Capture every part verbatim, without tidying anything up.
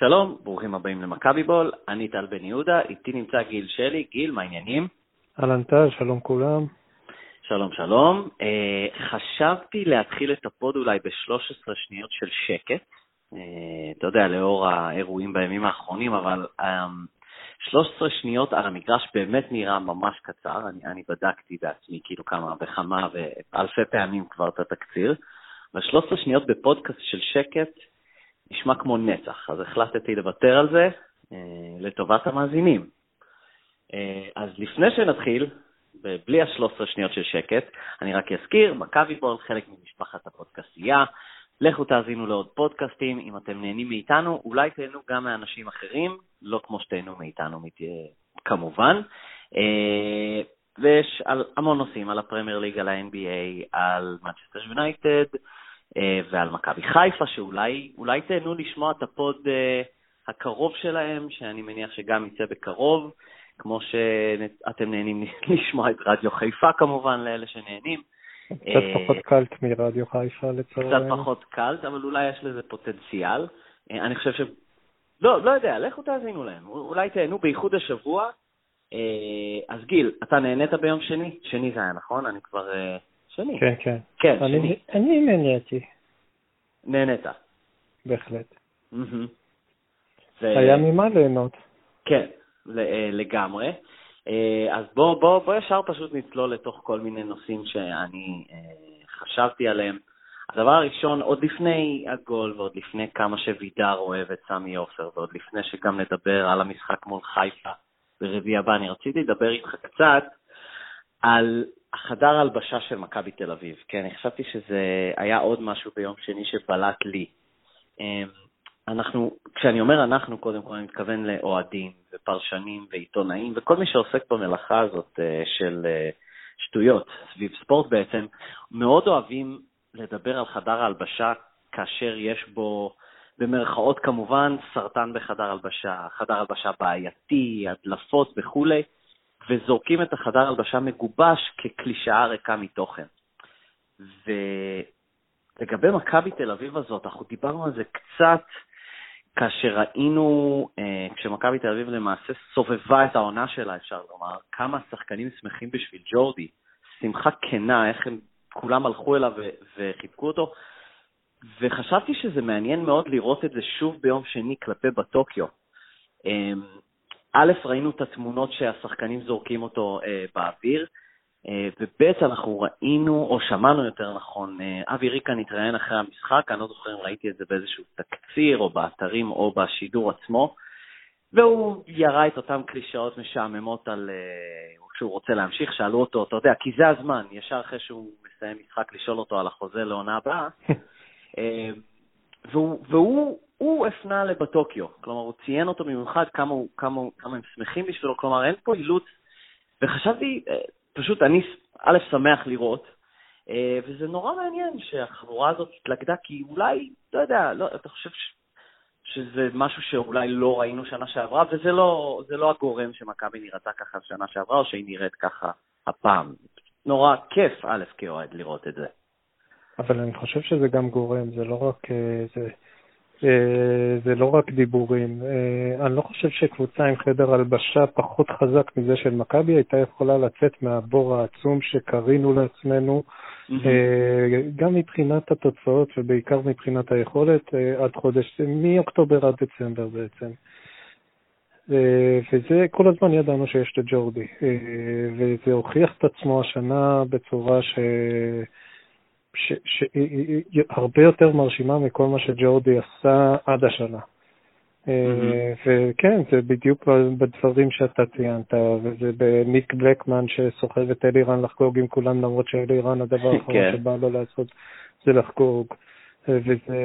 שלום, ברוכים הבאים למכבי בול, אני טל בן יהודה, איתי נמצא גיל שלי. גיל, מה העניינים? אהלן טל, שלום כולם. שלום שלום. אה, חשבתי להתחיל את הפוד אולי ב-שלוש עשרה שניות של שקט, אה, אתה יודע, לאור האירועים בימים האחרונים, אבל אה, שלוש עשרה שניות על המגרש באמת נראה ממש קצר. אני, אני בדקתי בעצמי כאילו כמה וכמה ואלפי פעמים כבר את התקציר, ו-שלוש עשרה שניות בפודקאסט של שקט נשמע כמו נצח, אז החלטתי לוותר על זה אה, לטובת המאזינים. אה, אז לפני שנתחיל, בלי ה-שלוש עשרה שניות של שקט, אני רק אזכיר, מכבי בול חלק ממשפחת הפודקאסטייה, לכו תאזינו לעוד פודקאסטים, אם אתם נהנים מאיתנו, אולי תהנו גם מאנשים אחרים, לא כמו שתהנו מאיתנו כמובן, אה, ויש על המון נושאים, על הפרמייר ליג, על ה-אן בי איי, על מנצ'סטר יונייטד, ועל מכבי חיפה, שאולי אולי תהנו לשמוע את הפוד הקרוב שלהם, שאני מניח שגם יצא בקרוב, כמו שאתם נהנים לשמוע את רדיו חיפה כמובן, לאלה שנהנים. קצת פחות קלט מרדיו חיפה לצערנו. קצת פחות קלט, אבל אולי יש לזה פוטנציאל. אני חושב ש... לא, לא יודע, לכו תאזינו להם. אולי תהנו בייחוד השבוע. אז גיל, אתה נהנית ביום שני? שני זה היה נכון? אני כבר... שני. כן, כן. כן, אני, שני. אני נהניתי. נהנית. בהחלט. Mm-hmm. ו... היה ממה ליהנות. כן, לגמרי. אז בוא, בוא, בוא ישר פשוט נצלול לתוך כל מיני נושאים שאני חשבתי עליהם. הדבר הראשון, עוד לפני הגול ועוד לפני כמה שווידר אוהב את סמי עופר, ועוד לפני שגם נדבר על המשחק מול חיפה ברביעי הבא, אני רציתי לדבר איתך קצת על החדר הלבשה של מכבי תל אביב. כן, אני חשבתי שזה היה עוד משהו ביום שני שבלט לי. אנחנו, כשאני אומר אנחנו, קודם כל אני מתכוון לאוהדים ופרשנים ועיתונאים, וכל מי שעוסק במלאכה הזאת של שטויות סביב ספורט בעצם, מאוד אוהבים לדבר על חדר הלבשה כאשר יש בו, במרכאות כמובן, סרטן בחדר הלבשה, חדר הלבשה בעייתי, הדלפות וכו', וזורקים את החדר הלבשה מגובש כקלישאה ריקה מתוכן. ולגבי מכבי תל אביב הזאת, אנחנו דיברנו על זה קצת, כאשר ראינו, אה, כשמכבי תל אביב למעשה סובבה את העונה שלה, אפשר לומר, כמה שחקנים שמחים בשביל ג'ורדי, שמחה כנה, איך הם כולם הלכו אליו ו- וחיבקו אותו, וחשבתי שזה מעניין מאוד לראות את זה שוב ביום שני כלפי בטוקיו. אה, א', ראינו את התמונות שהשחקנים זורקים אותו אה, באוויר, אה, וב', אנחנו ראינו, או שמענו יותר נכון, אה, אבי ריקן התראיין אחרי המשחק, אני לא זוכר אם ראיתי את זה באיזשהו תקציר, או באתרים, או בשידור עצמו, והוא ירה את אותם קלישאות משעממות על, אה, כשהוא רוצה להמשיך, שאלו אותו, אתה יודע, כי זה הזמן, ישר אחרי שהוא מסיים משחק, לשאול אותו על החוזה לעונה הבאה, אה, והוא, והוא הוא הפנה לבטוקיו, כלומר הוא ציין אותו במיוחד כמה, כמה, כמה הם שמחים בשבילו, כלומר אין פה אילוץ, וחשבתי, פשוט אני א' שמח לראות, וזה נורא מעניין שהחבורה הזאת התלכדה, כי אולי, לא יודע, לא, אתה חושב ש, שזה משהו שאולי לא ראינו שנה שעברה, וזה לא, זה לא הגורם שמכבי נראתה ככה שנה שעברה, או שהיא נראית ככה הפעם. נורא כיף א' כאוהד לראות את זה. אבל אני חושב שזה גם גורם, זה לא רק... זה... זה לא רק דיבורים. אני לא חושב שקבוצה עם חדר הלבשה פחות חזק מזה של מכבי הייתה יכולה לצאת מהבור העצום שקרינו לעצמנו, גם מבחינת התוצאות ובעיקר מבחינת היכולת, עד חודש, מאוקטובר עד דצמבר בעצם. וזה כל הזמן ידענו שיש את ג'ורדי, וזה הוכיח את עצמו השנה בצורה ש... שהרבה יותר מרשימה מכל מה שג'ורדי עשה עד השנה. וכן, זה בדיוק בדברים שאתה ציינת, וזה בניק בלקמן שסוחב את אלירן לחגוג עם כולם, למרות שאלירן הדבר האחרון שבא לו לעשות זה לחגוג. וזה,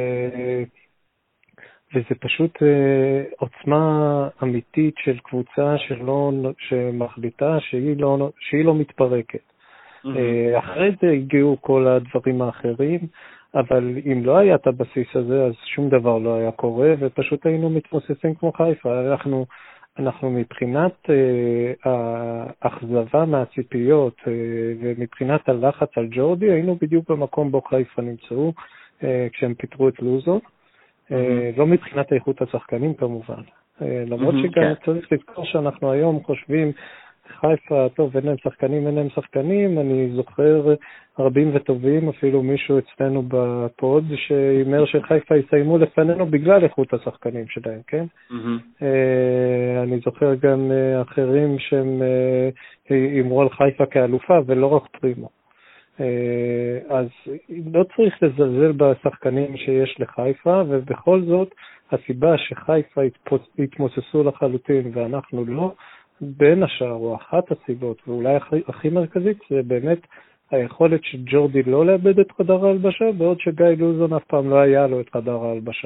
וזה פשוט עוצמה אמיתית של קבוצה שלא, שמחליטה שהיא לא, שהיא לא מתפרקת. אחרי זה הגיעו כל הדברים האחרים, אבל אם לא היה את הבסיס הזה, אז שום דבר לא היה קורה, ופשוט היינו מתמוססים כמו חיפה. אנחנו, אנחנו מבחינת האכזבה מהציפיות, ומבחינת הלחץ על ג'ורדי, היינו בדיוק במקום בו חיפה נמצאו, כשהם פיתרו את לוזו. לא מבחינת איכות השחקנים כמובן. למרות שגם צריך לזכור שאנחנו היום חושבים, חיפה, טוב, אין להם שחקנים, אין להם שחקנים, אני זוכר רבים וטובים, אפילו מישהו אצלנו בפוד, שאומר שחיפה יסיימו לפנינו בגלל איכות השחקנים שלהם, כן? Mm-hmm. אני זוכר גם אחרים שהם אמרו על חיפה כאלופה, ולא רק פרימו. אז לא צריך לזלזל בשחקנים שיש לחיפה, ובכל זאת, הסיבה שחיפה התמוססו לחלוטין ואנחנו לא, בין השאר, או אחת הסיבות, ואולי הכי, הכי מרכזית, זה באמת היכולת של ג'ורדי לא לאבד את חדר ההלבשה, בעוד שגיא לוזון אף פעם לא היה לו את חדר ההלבשה.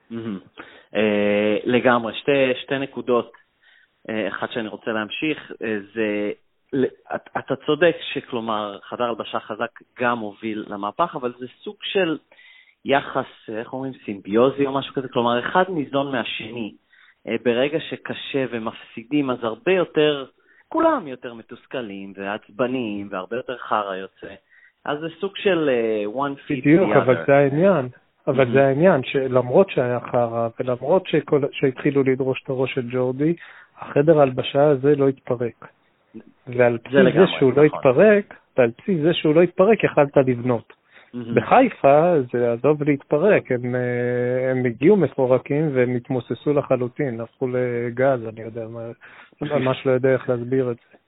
לגמרי, שתי, שתי נקודות. אחת שאני רוצה להמשיך, זה, אתה צודק שכלומר, חדר ההלבשה חזק גם הוביל למהפך, אבל זה סוג של יחס, איך אומרים, סימביוזי או משהו כזה, כלומר, אחד ניזון מהשני. ברגע שקשה ומפסידים, אז הרבה יותר, כולם יותר מתוסכלים ועצבניים, והרבה יותר חרה יוצא. אז זה סוג של uh, one feet בדיוק, the other. אבל זה העניין. אבל mm-hmm. זה העניין, שלמרות שהיה חרה, ולמרות שכל, שהתחילו לדרוש את הראש של ג'ורדי, החדר ההלבשה הזה לא התפרק. ועל פי זה, זה שהוא נכון. לא התפרק, ועל פי זה שהוא לא התפרק, יכלת לבנות. בחיפה זה עזוב להתפרק, הם, הם הגיעו מפורקים והם התמוססו לחלוטין, הפכו לגז, אני יודע, ממש לא יודע איך להסביר את זה.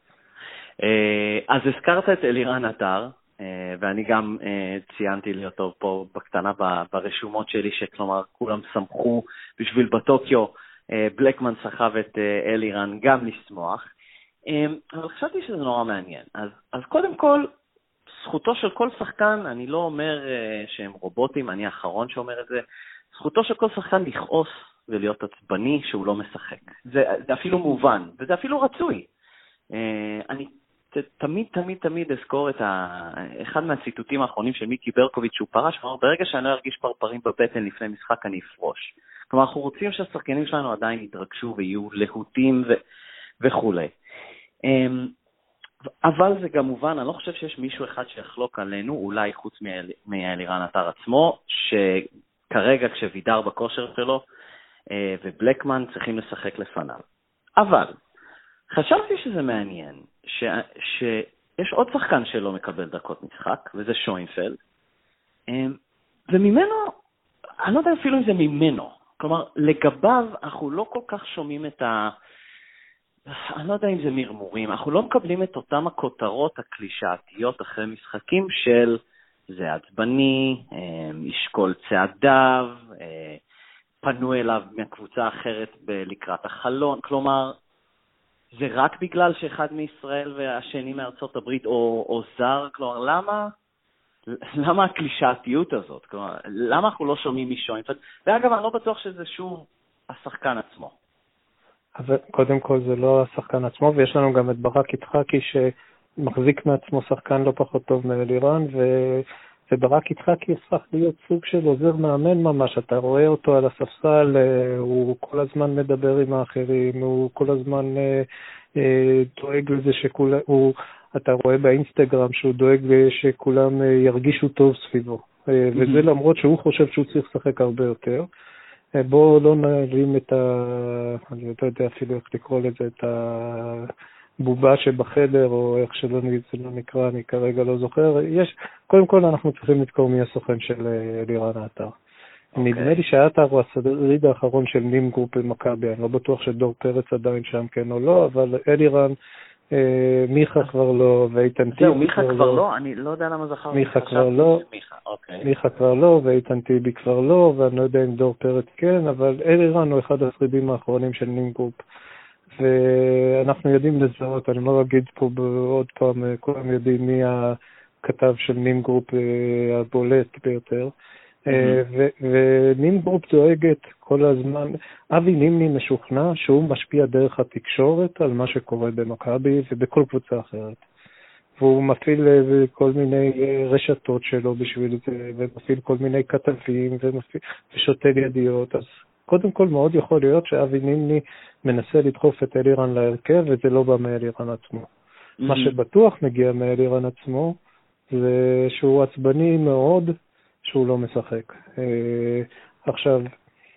אז הזכרת את אלירן עטר, ואני גם ציינתי לי אותו פה בקטנה ברשומות שלי, שכלומר כולם שמחו בשביל בטוקיו, בלקמן סחב את אלירן גם לשמוח, אבל חשבתי שזה נורא מעניין. אז, אז קודם כל, זכותו של כל שחקן, אני לא אומר uh, שהם רובוטים, אני האחרון שאומר את זה, זכותו של כל שחקן לכעוס ולהיות עצבני שהוא לא משחק. זה, זה אפילו מובן, וזה אפילו רצוי. Uh, אני ת, תמיד, תמיד, תמיד אזכור את ה, אחד מהציטוטים האחרונים של מיקי ברקוביץ' שהוא פרש, ואומר, ברגע שאני לא ארגיש פרפרים בבטן לפני משחק, אני אפרוש. כלומר, אנחנו רוצים שהשחקנים שלנו עדיין יתרגשו ויהיו להוטים ו, וכו'. Um, אבל זה גם מובן, אני לא חושב שיש מישהו אחד שיחלוק עלינו, אולי חוץ מאלירן עטר עצמו, שכרגע כשווידר בכושר שלו ובלקמן צריכים לשחק לפניו. אבל חשבתי שזה מעניין, ש... שיש עוד שחקן שלא מקבל דקות משחק, וזה שוינפלד, וממנו, אני לא יודע אפילו אם זה ממנו, כלומר לגביו אנחנו לא כל כך שומעים את ה... אני לא יודע אם זה מרמורים, אנחנו לא מקבלים את אותם הכותרות הקלישאתיות אחרי משחקים של זה עצבני, ישקול צעדיו, פנו אליו מהקבוצה האחרת לקראת החלון, כלומר, זה רק בגלל שאחד מישראל והשני מארצות הברית או, או זר, כלומר, למה, למה הקלישאתיות הזאת? כלומר, למה אנחנו לא שומעים משוינפלד? ואגב, אני לא בטוח שזה שוב השחקן עצמו. אבל קודם כל זה לא השחקן עצמו, ויש לנו גם את ברק יצחקי שמחזיק מעצמו שחקן לא פחות טוב מאלירן, ו... וברק יצחקי הפך להיות סוג של עוזר מאמן ממש, אתה רואה אותו על הספסל, הוא כל הזמן מדבר עם האחרים, הוא כל הזמן דואג לזה שכולם, הוא, אתה רואה באינסטגרם שהוא דואג שכולם ירגישו טוב סביבו, וזה למרות שהוא חושב שהוא צריך לשחק הרבה יותר. בואו לא נעלים את ה... אני לא יודע אפילו איך לקרוא לזה, את הבובה שבחדר, או איך שלא זה לא נקרא, אני כרגע לא זוכר. יש, קודם כל אנחנו צריכים לתקור מי הסוכן של אלירן עטר. Okay. נדמה לי שהעטר הוא השריד האחרון של נים גרופ במכבי, אני לא בטוח שדור פרץ עדיין שם כן או לא, אבל אלירן, מיכה כבר לא, ואיתן טיבי זהו, מיכה כבר לא, אני לא יודע למה זכר. מיכה כבר לא, מיכה כבר לא, ואיתן טיבי כבר לא, ואני לא יודע אם דור פרץ כן, אבל אלירן הוא אחד השרידים האחרונים של נים גרופ, ואנחנו יודעים לזהות, אני לא אגיד פה עוד פעם, כולם יודעים מי הכתב של נים גרופ הבולט ביותר, ונים גרופ דואגת כל הזמן, אבי נימני משוכנע שהוא משפיע דרך התקשורת על מה שקורה במכבי ובכל קבוצה אחרת. והוא מפעיל כל מיני רשתות שלו בשביל זה, ומפעיל כל מיני כתבים ושותל ידיעות. אז קודם כל מאוד יכול להיות שאבי נימני מנסה לדחוף את אלירן להרכב, וזה לא בא מאלירן עצמו. מה שבטוח מגיע מאלירן עצמו, זה שהוא עצבני מאוד, שהוא לא משחק. עכשיו,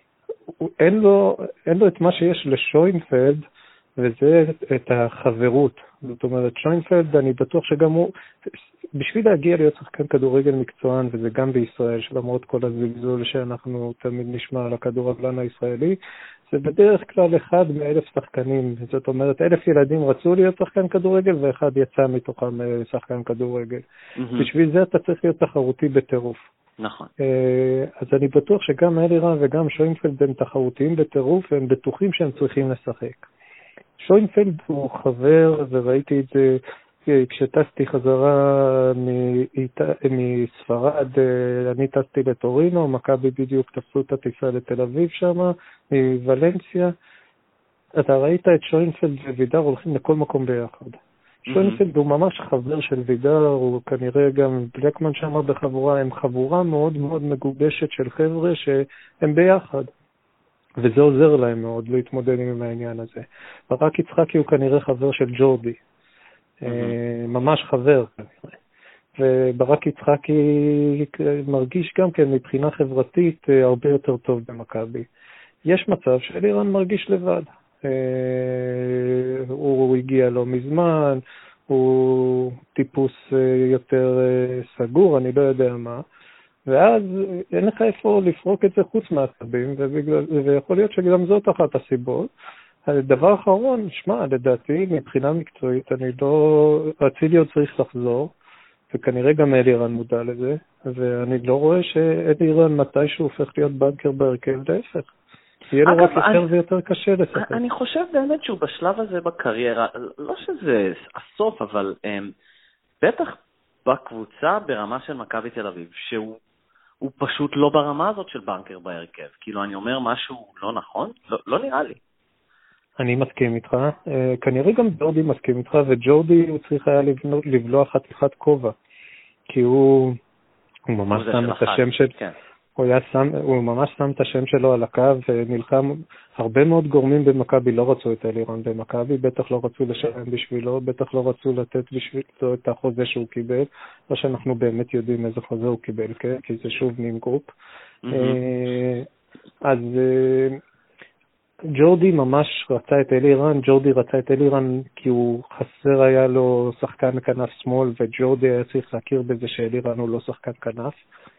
אין לו, אין לו את מה שיש לשוינפלד, וזה את החברות. זאת אומרת, שוינפלד, אני בטוח שגם הוא, בשביל להגיע להיות שחקן כדורגל מקצוען, וזה גם בישראל, שלמרות כל הזלזול שאנחנו תמיד נשמע על הכדורגלן הישראלי, זה בדרך כלל אחד מאלף שחקנים. זאת אומרת, אלף ילדים רצו להיות שחקן כדורגל, ואחד יצא מתוכם שחקן כדורגל. Mm-hmm. בשביל זה אתה צריך להיות תחרותי בטירוף. נכון. אז אני בטוח שגם אלירן וגם שוינפלד הם תחרותיים בטירוף, והם בטוחים שהם צריכים לשחק. שוינפלד הוא חבר, וראיתי את זה כשטסתי חזרה מספרד, אני טסתי לטורינו, מכבי בדיוק תפסו את הטיסה לתל אביב שם, מוולנסיה. אתה ראית את שוינפלד ווידר הולכים לכל מקום ביחד. Mm-hmm. שוינפלד הוא ממש חבר של וידר, הוא כנראה גם בלקמן שם בחבורה, הם חבורה מאוד מאוד מגובשת של חבר'ה שהם ביחד. וזה עוזר להם מאוד להתמודד עם העניין הזה. ברק יצחקי הוא כנראה חבר של ג'ורדי. Mm-hmm. ממש חבר כנראה. וברק יצחקי מרגיש גם כן מבחינה חברתית הרבה יותר טוב במכבי. יש מצב שאלירן מרגיש לבד. הוא הגיע לו מזמן, הוא טיפוס יותר סגור, אני לא יודע מה. ואז אין לך איפה לפרוק את זה חוץ מהעצבים, ויכול להיות שגם זאת אחת הסיבות. הדבר האחרון, שמע, לדעתי, מבחינה מקצועית, אני לא, רציתי עוד צריך לחזור, וכנראה גם אלירן מודע לזה, ואני לא רואה שאלירן מתישהו הופך להיות בנקר בהרכב, להפך. יהיה לו רק יותר ויותר קשה לשחק. אני חושב באמת שהוא בשלב הזה בקריירה, לא שזה הסוף, אבל בטח בקבוצה ברמה של מכבי תל אביב, שהוא הוא פשוט לא ברמה הזאת של בנקר בהרכב. כאילו, אני אומר משהו לא נכון? לא, לא נראה לי. אני מסכים איתך. כנראה גם ג'ורדי מסכים איתך, וג'ורדי הוא צריך היה לבלוע חתיכת כובע. כי הוא, הוא ממש שם את השם של... כן. הוא, שם, הוא ממש שם את השם שלו על הקו ונלחם. הרבה מאוד גורמים במכבי לא רצו את אלירן במכבי, בטח לא רצו לשלם בשבילו, בטח לא רצו לתת בשבילו את החוזה שהוא קיבל, לא שאנחנו באמת יודעים איזה חוזה הוא קיבל, כן? כי זה שוב נים גרופ. Mm-hmm. אז ג'ורדי ממש רצה את אלירן, ג'ורדי רצה את אלירן כי הוא חסר היה לו שחקן כנף שמאל, וג'ורדי היה צריך להכיר בזה שאלירן הוא לא שחקן כנף.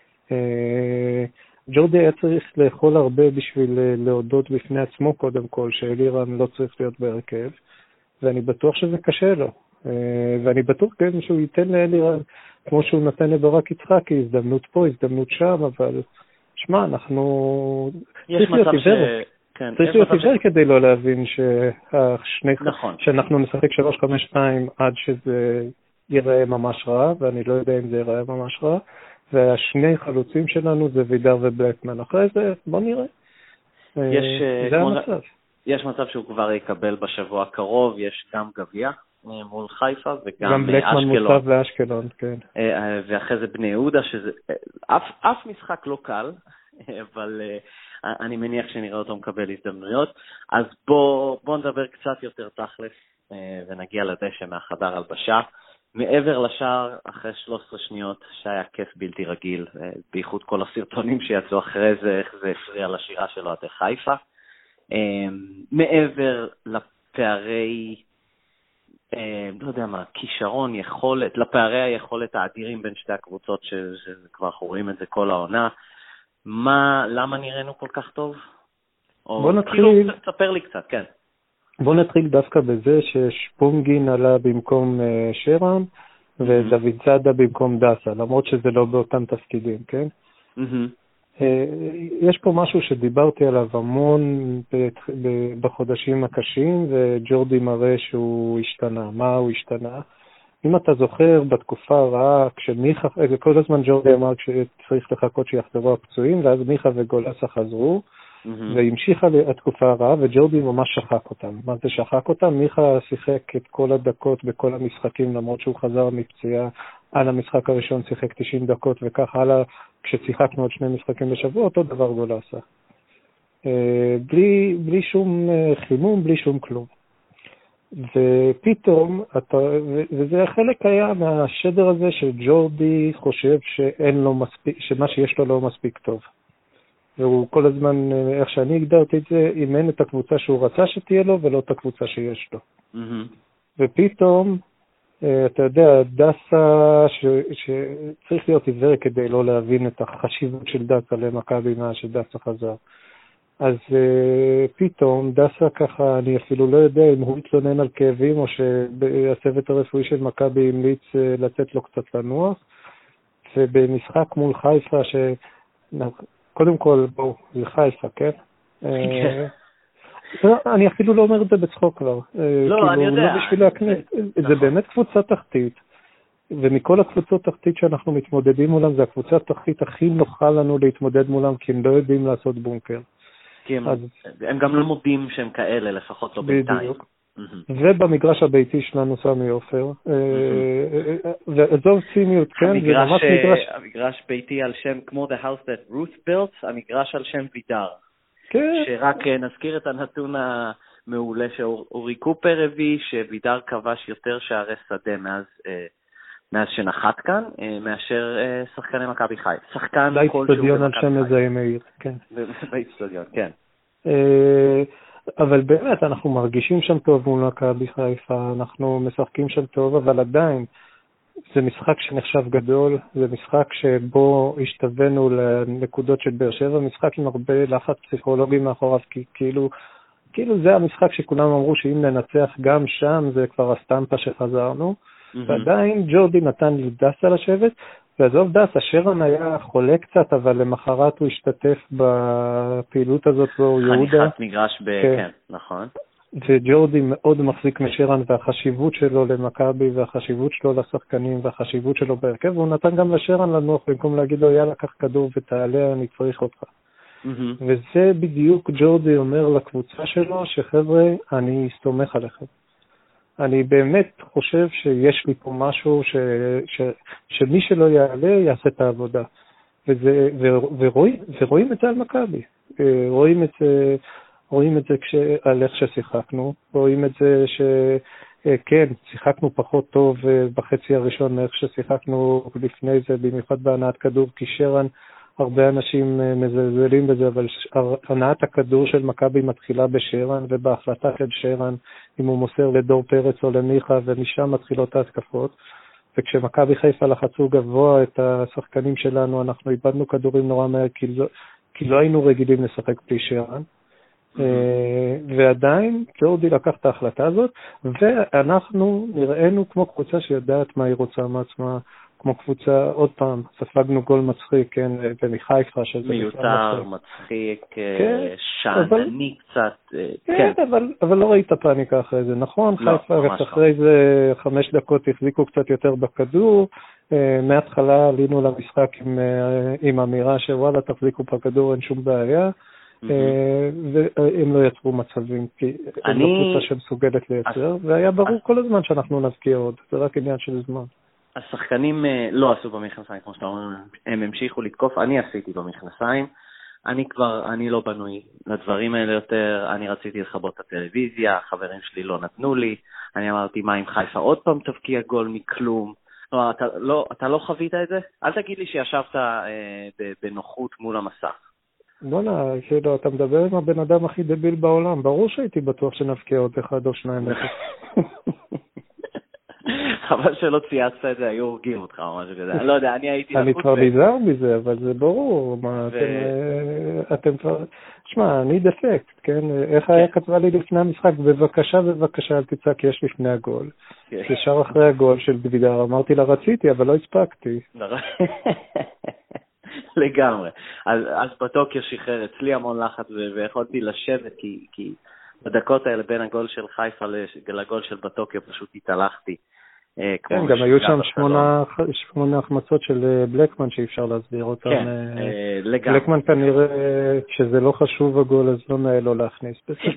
ג'ורדי היה צריך לאכול הרבה בשביל להודות בפני עצמו קודם כל, שאלירן לא צריך להיות בהרכב, ואני בטוח שזה קשה לו. ואני בטוח גם שהוא ייתן לאלירן, כמו שהוא נתן לברק יצחקי, הזדמנות פה, הזדמנות שם, אבל שמע, אנחנו... יש מצב ש... כן, צריך להיות עיוור ש... כדי לא להבין שהשני... נכון. שאנחנו נשחק שלוש חמש שתיים עד שזה ייראה ממש רע, ואני לא יודע אם זה ייראה ממש רע, והשני חלוצים שלנו זה וידר ובלקמן. אחרי זה, בוא נראה. יש, זה המצב. יש מצב שהוא כבר יקבל בשבוע הקרוב, יש גם גביע מול חיפה וגם גם בלקמן מוצב לאשקלון, כן. ואחרי זה בני יהודה, שזה אף, אף משחק לא קל, אבל אני מניח שנראה אותו מקבל הזדמנויות. אז בוא, בוא נדבר קצת יותר תכלס ונגיע לדשא מהחדר הלבשה. מעבר לשער, אחרי שלוש עשרה שניות, שהיה כיף בלתי רגיל, בייחוד כל הסרטונים שיצאו אחרי זה, איך זה הפריע לשירה של אוהדי חיפה. מעבר לפערי, לא יודע מה, כישרון, יכולת, לפערי היכולת האדירים בין שתי הקבוצות, שכבר אנחנו רואים את זה כל העונה, מה, למה נראינו כל כך טוב? בוא נתחיל... תספר לי קצת, כן. בוא נתחיל דווקא בזה ששפונגין עלה במקום שרם, ודוד זאדה במקום דסה, למרות שזה לא באותם תפקידים, כן? יש פה משהו שדיברתי עליו המון בחודשים הקשים, וג'ורדי מראה שהוא השתנה. מה הוא השתנה? אם אתה זוכר, בתקופה הרעה, כשמיכה, כל הזמן ג'ורדי אמר שצריך לחכות שיחזרו הפצועים, ואז מיכה וגולסה חזרו, והמשיכה התקופה הרעה, וג'ורדי ממש שחק אותם. מה זה שחק אותם? מיכה שיחק את כל הדקות בכל המשחקים, למרות שהוא חזר מפציעה על המשחק הראשון, שיחק תשעים דקות, וכך הלאה, כששיחקנו עוד שני משחקים בשבוע, אותו דבר גולסה. בלי, בלי שום חימום, בלי שום כלום. ופתאום, אתה, וזה החלק היה מהשדר הזה שג'ורדי חושב שאין לו מספיק, שמה שיש לו לא מספיק טוב. והוא כל הזמן, איך שאני הגדרתי את זה, אימן את הקבוצה שהוא רצה שתהיה לו, ולא את הקבוצה שיש לו. Mm-hmm. ופתאום, אתה יודע, דסה, ש, שצריך להיות עיוור כדי לא להבין את החשיבות של דסה למכבי מאז שדסה חזר. אז פתאום דסה ככה, אני אפילו לא יודע אם הוא התלונן על כאבים, או שהצוות הרפואי של מכבי המליץ לצאת לו קצת לנוח, ובמשחק מול חיפה, ש... קודם כל, בואו, זה חיפה, כן? אני אפילו לא אומר את זה בצחוק כבר. לא, אני יודע. לא בשביל להקנית. זה באמת קבוצה תחתית, ומכל הקבוצות תחתית שאנחנו מתמודדים מולם, זה הקבוצה התחתית הכי נוחה לנו להתמודד מולם, כי הם לא יודעים לעשות בונקר. כי הם, אז... הם גם לא מודים שהם כאלה, לפחות לא בינתיים. בדיוק. ובמגרש הביתי שלנו סמי עופר, ועזוב ציניות, כן, זה ממש מגרש... המגרש ביתי על שם, כמו The House That Ruth Built, המגרש על שם וידר. כן. שרק נזכיר את הנתון המעולה שאורי קופר הביא, שווידר כבש יותר שערי שדה מאז... מאז שנחת כאן, מאשר שחקני מכבי חיפה. שחקן כלשהו באצטדיון על שם מזהה מאיר, כן. באצטדיון, כן. אבל באמת, אנחנו מרגישים שם טוב מול מכבי חיפה, אנחנו משחקים שם טוב, אבל עדיין, זה משחק שנחשב גדול, זה משחק שבו השתווינו לנקודות של באר שבע, משחק עם הרבה לחץ פסיכולוגי מאחוריו, כי כאילו, כאילו זה המשחק שכולם אמרו שאם ננצח גם שם, זה כבר הסטמפה שחזרנו, ועדיין ג'ורדי נתן לי דסה לשבת, ועזוב דסה, שרן היה חולה קצת, אבל למחרת הוא השתתף בפעילות הזאת, והוא יהודה. חניכת מגרש ב... כן, נכון. וג'ורדי מאוד מחזיק משרן, והחשיבות שלו למכבי, והחשיבות שלו לשחקנים, והחשיבות שלו בהרכב, והוא נתן גם לשרן לנוח, במקום להגיד לו, יאללה, קח כדור ותעלה, אני צריך אותך. וזה בדיוק ג'ורדי אומר לקבוצה שלו, שחבר'ה, אני אסתומך עליכם. אני באמת חושב שיש לי פה משהו ש, ש, שמי שלא יעלה יעשה את העבודה. וזה, ו, ורואים, ורואים את זה על מכבי. רואים את זה, רואים את זה כש, על איך ששיחקנו. רואים את זה שכן, שיחקנו פחות טוב בחצי הראשון מאיך ששיחקנו לפני זה, במיוחד בהנעת כדור, כי שרן, הרבה אנשים מזלזלים בזה, אבל הנעת הכדור של מכבי מתחילה בשרן, ובהחלטה של שרן, אם הוא מוסר לדור פרץ או למיכה, ומשם מתחילות ההתקפות. וכשמכבי חיפה לחצו גבוה את השחקנים שלנו, אנחנו איבדנו כדורים נורא מהר, כי לא, כי לא היינו רגילים לשחק בלי שרן. Mm-hmm. ועדיין, ג'ורדי לקח את ההחלטה הזאת, ואנחנו נראינו כמו קבוצה שיודעת מה היא רוצה מעצמה, כמו קבוצה, עוד פעם, ספגנו גול מצחיק, כן, ומחיפה, שזה... מיותר, מצחיק, כן, שענני אבל, קצת, כן. כן, אבל, אבל לא ראית פאניקה אחרי זה, נכון? לא, חיפה, אחרי לא. זה חמש דקות החזיקו קצת יותר בכדור, מההתחלה עלינו למשחק עם, עם אמירה שוואלה, תחזיקו בכדור, אין שום בעיה, mm-hmm. והם לא יצרו מצבים, כי אני... הם לא קבוצה שמסוגלת לייצר, אז... והיה ברור אז... כל הזמן שאנחנו נבקיע עוד, זה רק עניין של זמן. השחקנים לא עשו במכנסיים, כמו שאתה אומר, הם המשיכו לתקוף, אני עשיתי במכנסיים, אני כבר, אני לא בנוי לדברים האלה יותר, אני רציתי לחבות את הטלוויזיה, החברים שלי לא נתנו לי, אני אמרתי, מה עם חיפה עוד פעם תבקיע גול מכלום, לא, אתה לא, אתה לא חווית את זה? אל תגיד לי שישבת אה, בנוחות מול המסך. בוא'נה, כאילו, אתה מדבר עם הבן אדם הכי דביל בעולם, ברור שהייתי בטוח שנבקיע עוד אחד או שניים. חבל שלא צייצת את זה, היו הורגים אותך או משהו כזה. אני לא יודע, אני הייתי... אני כבר נזהר מזה, אבל זה ברור. אתם כבר... שמע, אני דפקט, כן? איך היה כתבה לי לפני המשחק? בבקשה, בבקשה, אל תצא, כי יש לפני הגול. ישר אחרי הגול של דוידר, אמרתי לה, רציתי, אבל לא הספקתי. לגמרי. אז בטוקיו שחרר אצלי המון לחץ, ויכולתי לשבת, כי בדקות האלה בין הגול של חיפה לגול של בטוקיו פשוט התהלכתי. כן, גם היו שם שמונה החמצות של בלקמן שאי אפשר להסביר אותם. כן, לגמרי. בלקמן כנראה, כשזה לא חשוב הגול, אז לא נהיה לו להכניס.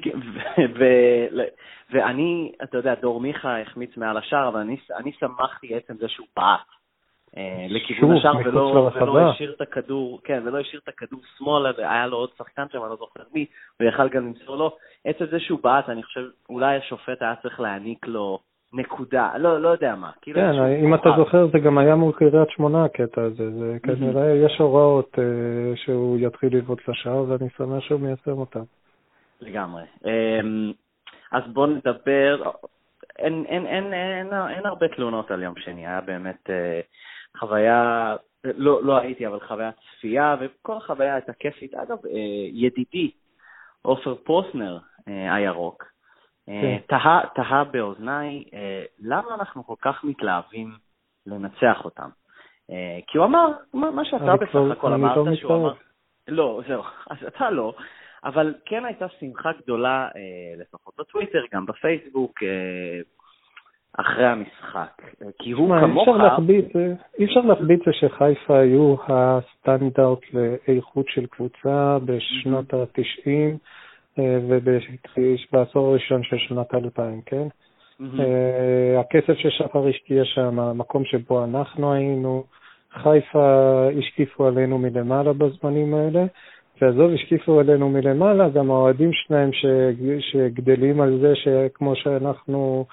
ואני, אתה יודע, דור מיכה החמיץ מעל השאר, אבל אני שמחתי עצם זה שהוא בעט לכיוון השאר ולא השאיר את הכדור, כן, ולא השאיר את הכדור שמאלה, והיה לו עוד שחקן שם, אני לא זוכר מי, ויכל גם למצוא לו. עצם זה שהוא בעט, אני חושב, אולי השופט היה צריך להעניק לו נקודה, לא, לא יודע מה. כן, אם אתה זוכר, זה גם היה מול קריית שמונה הקטע הזה, זה כנראה יש הוראות שהוא יתחיל לבעוט לשער, ואני שמח שהוא מיישם אותם. לגמרי. אז בואו נדבר, אין, אין, אין, אין, אין הרבה תלונות על יום שני, היה באמת חוויה, לא, לא הייתי, אבל חוויה צפייה, וכל החוויה הייתה כיפית. אגב, ידידי, עופר פוסנר הירוק, תהה, תהה באוזניי, למה אנחנו כל כך מתלהבים לנצח אותם? כי הוא אמר, מה שאתה בסך הכל אמרת, שהוא אמר, לא, זהו, אז אתה לא, אבל כן הייתה שמחה גדולה, לפחות בטוויטר, גם בפייסבוק, אחרי המשחק, כי הוא כמוך... אי אפשר להחביט זה שחיפה היו הסטנדרט לאיכות של קבוצה בשנות ה-תשעים, ובעשור הראשון של שנת אלפיים, כן? הכסף ששחר השקיע שם, המקום שבו אנחנו היינו, חיפה השקיפו עלינו מלמעלה בזמנים האלה, ועזוב השקיפו עלינו מלמעלה, גם האוהדים שלהם שגדלים על זה שכמו שאנחנו,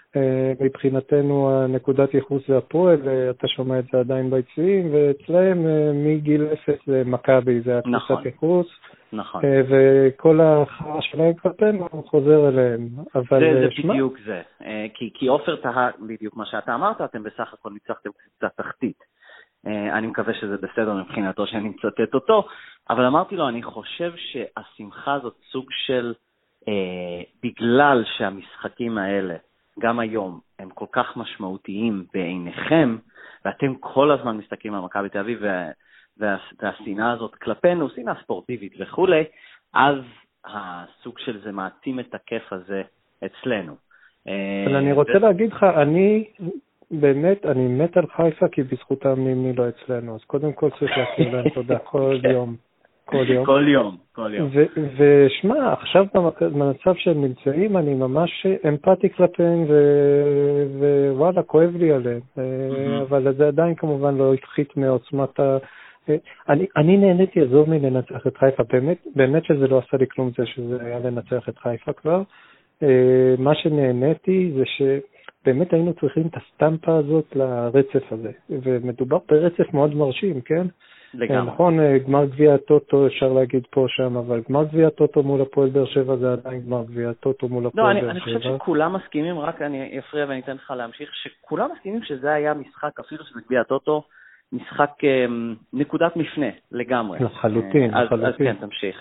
מבחינתנו הנקודת ייחוס זה הפועל, אתה שומע את זה עדיין ביציעים, ואצלהם מגיל אפס זה מכבי, זה הקבוצת ייחוס. נכון. וכל החרא שלהם כלפינו חוזר אליהם. אבל זה, זה שמה? בדיוק זה. כי, כי אופר תהה בדיוק מה שאתה אמרת, אתם בסך הכל ניצחתם קצת תחתית. אני מקווה שזה בסדר מבחינתו שאני מצטט אותו, אבל אמרתי לו, אני חושב שהשמחה הזאת סוג של, אה, בגלל שהמשחקים האלה, גם היום, הם כל כך משמעותיים בעיניכם, ואתם כל הזמן מסתכלים על מכבי תל אביב, וה, והשנאה הזאת כלפינו, שנאה ספורטיבית וכו', אז הסוג של זה מעצים את הכיף הזה אצלנו. אבל אני רוצה להגיד לך, אני באמת, אני מת על חיפה, כי בזכותם נמני לא אצלנו, אז קודם כל צריך להכיר להם תודה כל יום. כל יום. כל יום, כל יום. ושמע, עכשיו במצב שהם נמצאים, אני ממש אמפתי כלפיהם, ווואלה, כואב לי עליהם. אבל זה עדיין כמובן לא הפחית מעוצמת ה... אני נהניתי עזוב לי לנצח את חיפה, באמת שזה לא עשה לי כלום זה שזה היה לנצח את חיפה כבר. מה שנהניתי זה שבאמת היינו צריכים את הסטמפה הזאת לרצף הזה, ומדובר ברצף מאוד מרשים, כן? לגמרי. נכון, גמר גביע הטוטו אפשר להגיד פה שם, אבל גמר גביע הטוטו מול הפועל באר שבע זה עדיין גמר גביע הטוטו מול הפועל באר שבע. לא, אני חושב שכולם מסכימים, רק אני אפריע ואני אתן לך להמשיך, שכולם מסכימים שזה היה משחק, אפילו שזה גביע הטוטו, משחק נקודת מפנה לגמרי. לחלוטין, לחלוטין. אז כן, תמשיך.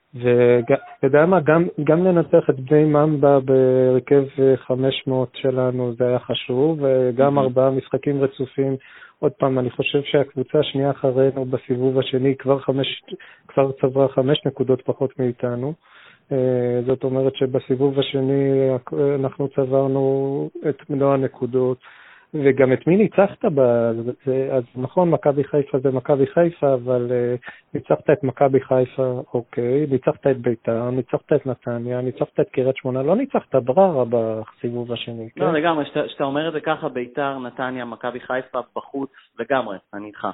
ויודע מה, גם, גם לנצח את בני ממבה ברכב חמש מאות שלנו זה היה חשוב, וגם ארבעה משחקים רצופים. עוד פעם, אני חושב שהקבוצה השנייה אחרינו בסיבוב השני כבר חמש, כבר צברה חמש נקודות פחות מאיתנו. זאת אומרת שבסיבוב השני אנחנו צברנו את מלוא הנקודות, וגם את מי ניצחת בזה, אז נכון, מכבי חיפה זה מכבי חיפה, אבל ניצחת את מכבי חיפה, אוקיי, ניצחת את ביתר, ניצחת את נתניה, ניצחת את קריית שמונה, לא ניצחת בררה בסיבוב השני. לא, כן? לגמרי, שאתה, שאתה אומר את זה ככה, ביתר, נתניה, מכבי חיפה, בחוץ, לגמרי, אני איתך.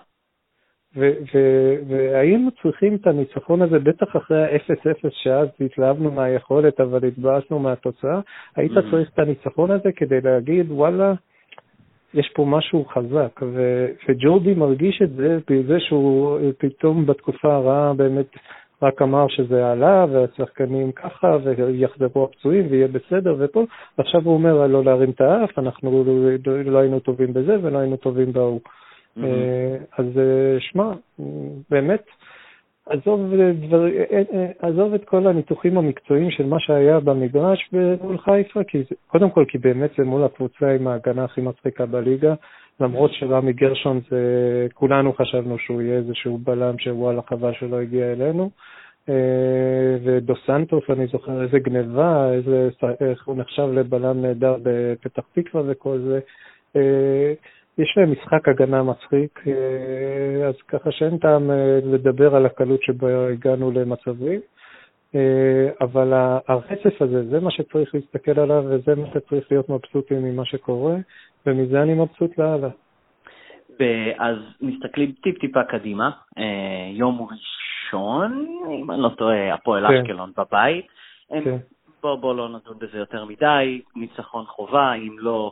והיינו צריכים את הניצחון הזה, בטח אחרי ה-אפס אפס שאז התלהבנו מהיכולת, אבל התבאסנו מהתוצאה, היית צריך את הניצחון הזה כדי להגיד, וואלה, יש פה משהו חזק, ו- וג'ורדי מרגיש את זה בזה שהוא פתאום בתקופה הרעה באמת רק אמר שזה עלה, והשחקנים ככה, ויחזרו הפצועים, ויהיה בסדר, ופה, ועכשיו הוא אומר לא להרים את האף, אנחנו לא, לא היינו טובים בזה, ולא היינו טובים בהוא. Mm-hmm. אז שמע, באמת, עזוב, דבר, עזוב את כל הניתוחים המקצועיים של מה שהיה במגרש מול חיפה, כי זה, קודם כל כי באמת זה מול הקבוצה עם ההגנה הכי מצחיקה בליגה, למרות שרמי גרשון זה, כולנו חשבנו שהוא יהיה איזשהו בלם שוואלה חבל שלא הגיע אלינו, ודו סנטוס אני זוכר איזה גניבה, איזה, איך הוא נחשב לבלם נהדר בפתח תקווה וכל זה, יש להם משחק הגנה מצחיק, אז ככה שאין טעם לדבר על הקלות שבה הגענו למצבים, אבל הרצף הזה, זה מה שצריך להסתכל עליו, וזה מה שצריך להיות מבסוטים ממה שקורה, ומזה אני מבסוט להלאה. אז מסתכלים טיפ-טיפה קדימה, יום ראשון, אם אני לא טועה, הפועל אשקלון בבית, בוא בוא לא נדון בזה יותר מדי, ניצחון חובה, אם לא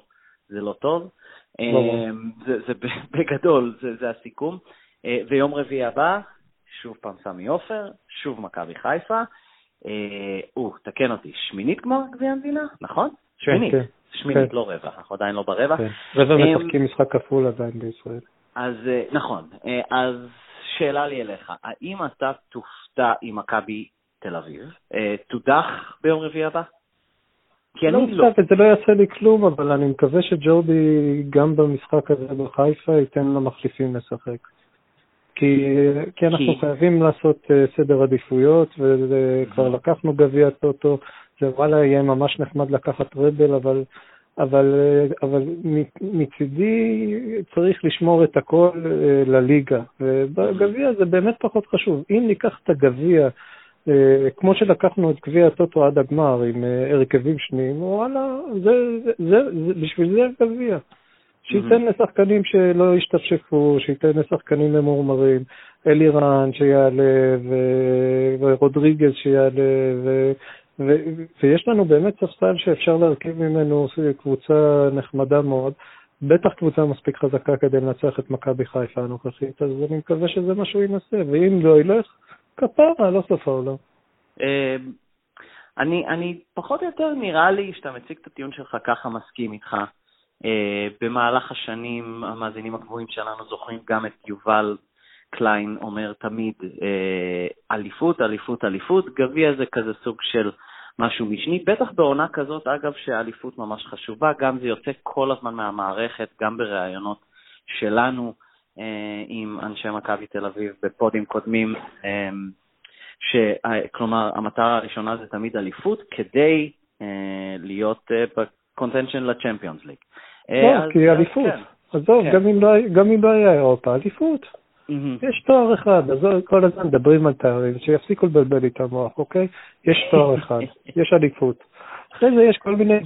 זה לא טוב. זה, זה בגדול, זה, זה הסיכום. ויום רביעי הבא, שוב פעם סמי עופר, שוב מכבי חיפה. או, תקן אותי, שמינית גמר גביע המדינה, נכון? שמינית, כן, שמינית, כן. לא רבע, אנחנו עדיין לא ברבע. כן. רבע משחקים משחק כפול עדיין בישראל. אז נכון, אז שאלה לי אליך, האם אתה תופתע עם מכבי תל אביב, תודח ביום רביעי הבא? כי אני לא. זה לא יעשה לי כלום, אבל אני מקווה שג'ורדי גם במשחק הזה בחיפה ייתן לו מחליפים לשחק. כי, כי אנחנו כי... חייבים לעשות uh, סדר עדיפויות, וכבר לקחנו גביע טוטו, זה וואלה יהיה ממש נחמד לקחת רבל, אבל, אבל, אבל מצידי צריך לשמור את הכל uh, לליגה, ובגביע זה באמת פחות חשוב. אם ניקח את הגביע, uh, כמו שלקחנו את גביע הטוטו עד הגמר עם uh, הרכבים שניים, וואלה, זה, זה, זה, זה, בשביל זה גביע. שייתן לשחקנים שלא ישתפשפו, שייתן לשחקנים ממורמרים, אלירן שיעלה, ורודריגז שיעלה, ו... ו... ויש לנו באמת ספסל שאפשר להרכיב ממנו קבוצה נחמדה מאוד, בטח קבוצה מספיק חזקה כדי לנצח את מכבי חיפה הנוכחית, אז אני מקווה שזה מה שהוא ינסה, ואם לא ילך, כפרה, לא סוף העולם. אני, אני פחות או יותר נראה לי שאתה מציג את הטיעון שלך ככה מסכים איתך. Uh, במהלך השנים המאזינים הקבועים שלנו זוכרים גם את יובל קליין אומר תמיד uh, אליפות, אליפות, אליפות, גביע זה כזה סוג של משהו משני, בטח בעונה כזאת אגב שהאליפות ממש חשובה, גם זה יוצא כל הזמן מהמערכת, גם בראיונות שלנו uh, עם אנשי מכבי תל אביב בפודים קודמים, um, שכלומר המטרה הראשונה זה תמיד אליפות כדי uh, להיות uh, בקונטנשן לצ'מפיונס ליג. לא, כי אליפות. עזוב, גם אם לא היה אירופה, אליפות. יש תואר אחד, אז כל הזמן מדברים על תארים, שיפסיקו לבלבל איתם מוח, אוקיי? יש תואר אחד, יש אליפות. אחרי זה יש כל מיני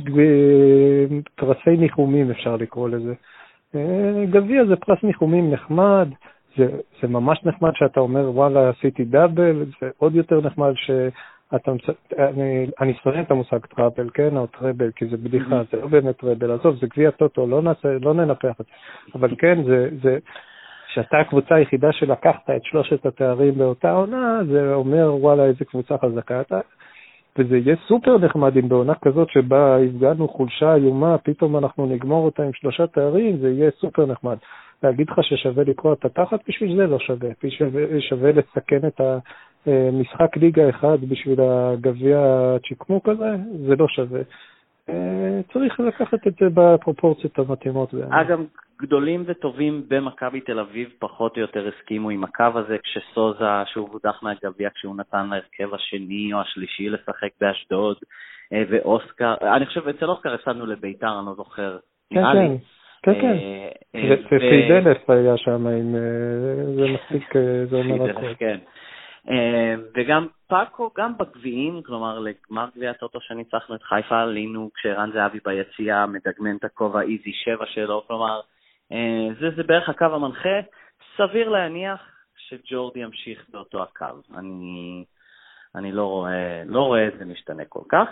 פרסי ניחומים, אפשר לקרוא לזה. גביע זה פרס ניחומים נחמד, זה ממש נחמד שאתה אומר, וואלה, עשיתי דאבל, זה עוד יותר נחמד ש... אתה, אני, אני שונא את המושג טראבל, כן, או טראבל, כי זה בדיחה, זה לא באמת טראבל, עזוב, זה גביע טוטו, לא נעשה, לא ננפח את זה, אבל כן, זה, זה, שאתה הקבוצה היחידה שלקחת את שלושת התארים באותה עונה, זה אומר, וואלה, איזה קבוצה חזקה אתה, וזה יהיה סופר נחמד אם בעונה כזאת שבה הפגענו חולשה איומה, פתאום אנחנו נגמור אותה עם שלושה תארים, זה יהיה סופר נחמד. להגיד לך ששווה לקרוא את התחת, בשביל זה לא שווה, שווה, שווה לסכן את ה... משחק ליגה אחד בשביל הגביע הצ'יקמוק הזה, זה לא שווה. צריך לקחת את זה בפרופורציות המתאימות. אגב, גדולים וטובים במכבי תל אביב פחות או יותר הסכימו עם הקו הזה, כשסוזה, שהוא הודח מהגביע, כשהוא נתן להרכב השני או השלישי לשחק באשדוד, ואוסקר, אני חושב, אצל אוסקר הפסדנו לביתר, אני לא זוכר, נראה לי. כן, כן. ופידלף היה שם, זה מספיק, זה אומר הכל. כן. וגם פאקו, גם בגביעים, כלומר לגמר גביע הטוטו שניצחנו את חיפה, עלינו כשרן זהבי ביציאה מדגמן את הכובע איזי שבע שלו, כלומר זה, זה בערך הקו המנחה, סביר להניח שג'ורדי ימשיך באותו הקו, אני, אני לא רואה, לא רואה את זה משתנה כל כך.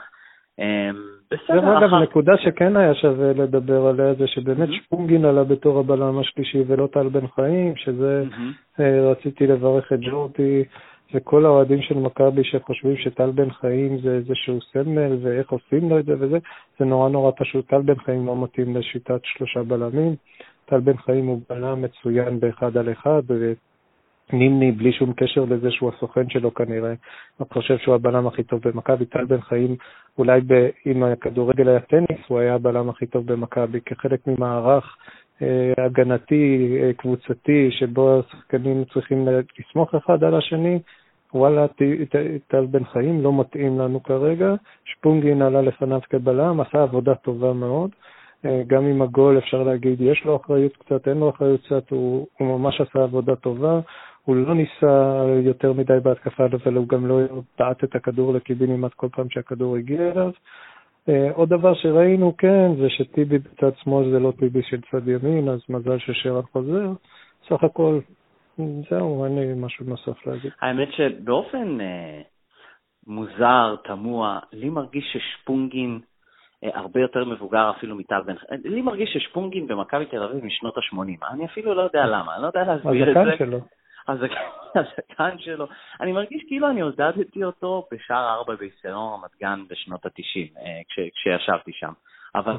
בסדר, אגב, נקודה שכן היה שווה לדבר עליה זה שבאמת שפונגין עלה בתור הבלם השלישי ולא טל בן חיים, שזה רציתי לברך את ג'ורדי וכל האוהדים של מכבי שחושבים שטל בן חיים זה איזשהו סמל ואיך עושים לו את זה וזה, זה נורא נורא פשוט. טל בן חיים לא מתאים לשיטת שלושה בלמים, טל בן חיים הוא בלם מצוין באחד על אחד, ונימני בלי שום קשר לזה שהוא הסוכן שלו כנראה, אני חושב שהוא הבלם הכי טוב במכבי. טל בן חיים אולי ב, אם הכדורגל היה טניס הוא היה הבלם הכי טוב במכבי, כחלק ממערך הגנתי, קבוצתי, שבו השחקנים צריכים לסמוך אחד על השני. וואלה, טל בן חיים לא מתאים לנו כרגע. שפונגין עלה לפניו כבלם, עשה עבודה טובה מאוד. גם עם הגול אפשר להגיד, יש לו אחריות קצת, אין לו אחריות קצת, הוא, הוא ממש עשה עבודה טובה. הוא לא ניסה יותר מדי בהתקפה, אבל הוא גם לא טעט את הכדור לקיבינימט כל פעם שהכדור הגיע אליו. עוד דבר שראינו כן, זה שטיבי בצד שמאל זה לא טיבי של צד ימין, אז מזל ששרן חוזר. סך הכל, זהו, אין לי משהו נוסף להגיד. האמת שבאופן אה, מוזר, תמוה, לי מרגיש ששפונגין הרבה יותר מבוגר אפילו מטל בן חיים. לי מרגיש ששפונגין במכבי תל אביב משנות ה-שמונים. אני אפילו לא יודע למה, אני לא יודע להסביר את זה. הזקן שלו. הזקן שלו. אני מרגיש כאילו אני הולדתי אותו בשער ארבע באיצטדיון רמת גן בשנות ה-תשעים, כשישבתי שם. אבל...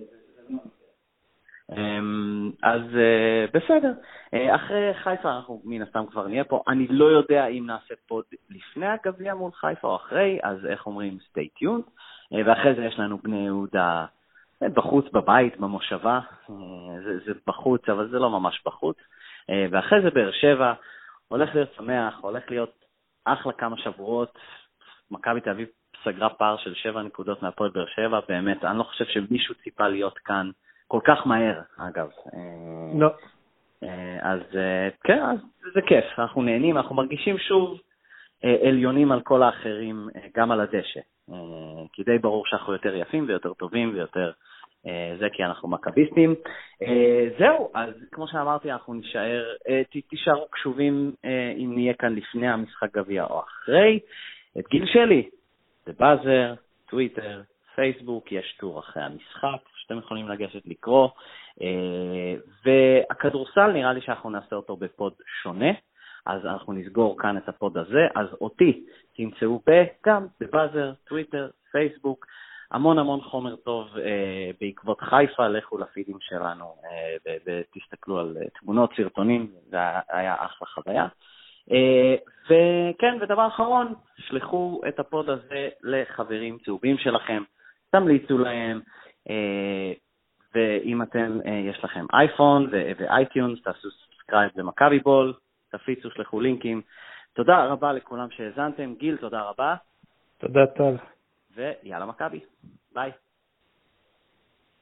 אז בסדר, אחרי חיפה אנחנו מן הסתם כבר נהיה פה, אני לא יודע אם נעשה פוד לפני הגביע מול חיפה או אחרי, אז איך אומרים stay tuned, ואחרי זה יש לנו בני יהודה בחוץ, בבית, במושבה, זה, זה בחוץ אבל זה לא ממש בחוץ, ואחרי זה באר שבע, הולך להיות שמח, הולך להיות אחלה כמה שבועות, מכבי תל אביב סגרה פער של שבע נקודות מהפועל באר שבע, באמת אני לא חושב שמישהו ציפה להיות כאן כל כך מהר, אגב. לא. אז כן, אז זה כיף. אנחנו נהנים, אנחנו מרגישים שוב עליונים על כל האחרים, גם על הדשא. כי די ברור שאנחנו יותר יפים ויותר טובים ויותר זה, כי אנחנו מכביסטים. זהו, אז כמו שאמרתי, אנחנו נשאר, תישארו קשובים אם נהיה כאן לפני המשחק גביע או אחרי. את גיל שלי, בבאזר, טוויטר, פייסבוק, יש טור אחרי המשחק, שאתם יכולים לגשת לקרוא, והכדורסל נראה לי שאנחנו נעשה אותו בפוד שונה, אז אנחנו נסגור כאן את הפוד הזה, אז אותי תמצאו גם בבאזר, טוויטר, פייסבוק, המון המון חומר טוב בעקבות חיפה, לכו לפידים שלנו ותסתכלו על תמונות, סרטונים, זה היה אחלה חוויה. וכן, ודבר אחרון, שלחו את הפוד הזה לחברים צהובים שלכם, תמליצו להם, ואם אתם, יש לכם אייפון ואייטיונס, תעשו סאבסקרייב למכבי בול, תפיצו, שלחו לינקים. תודה רבה לכולם שהאזנתם. גיל, תודה רבה. תודה טל. ויאללה מכבי. ביי.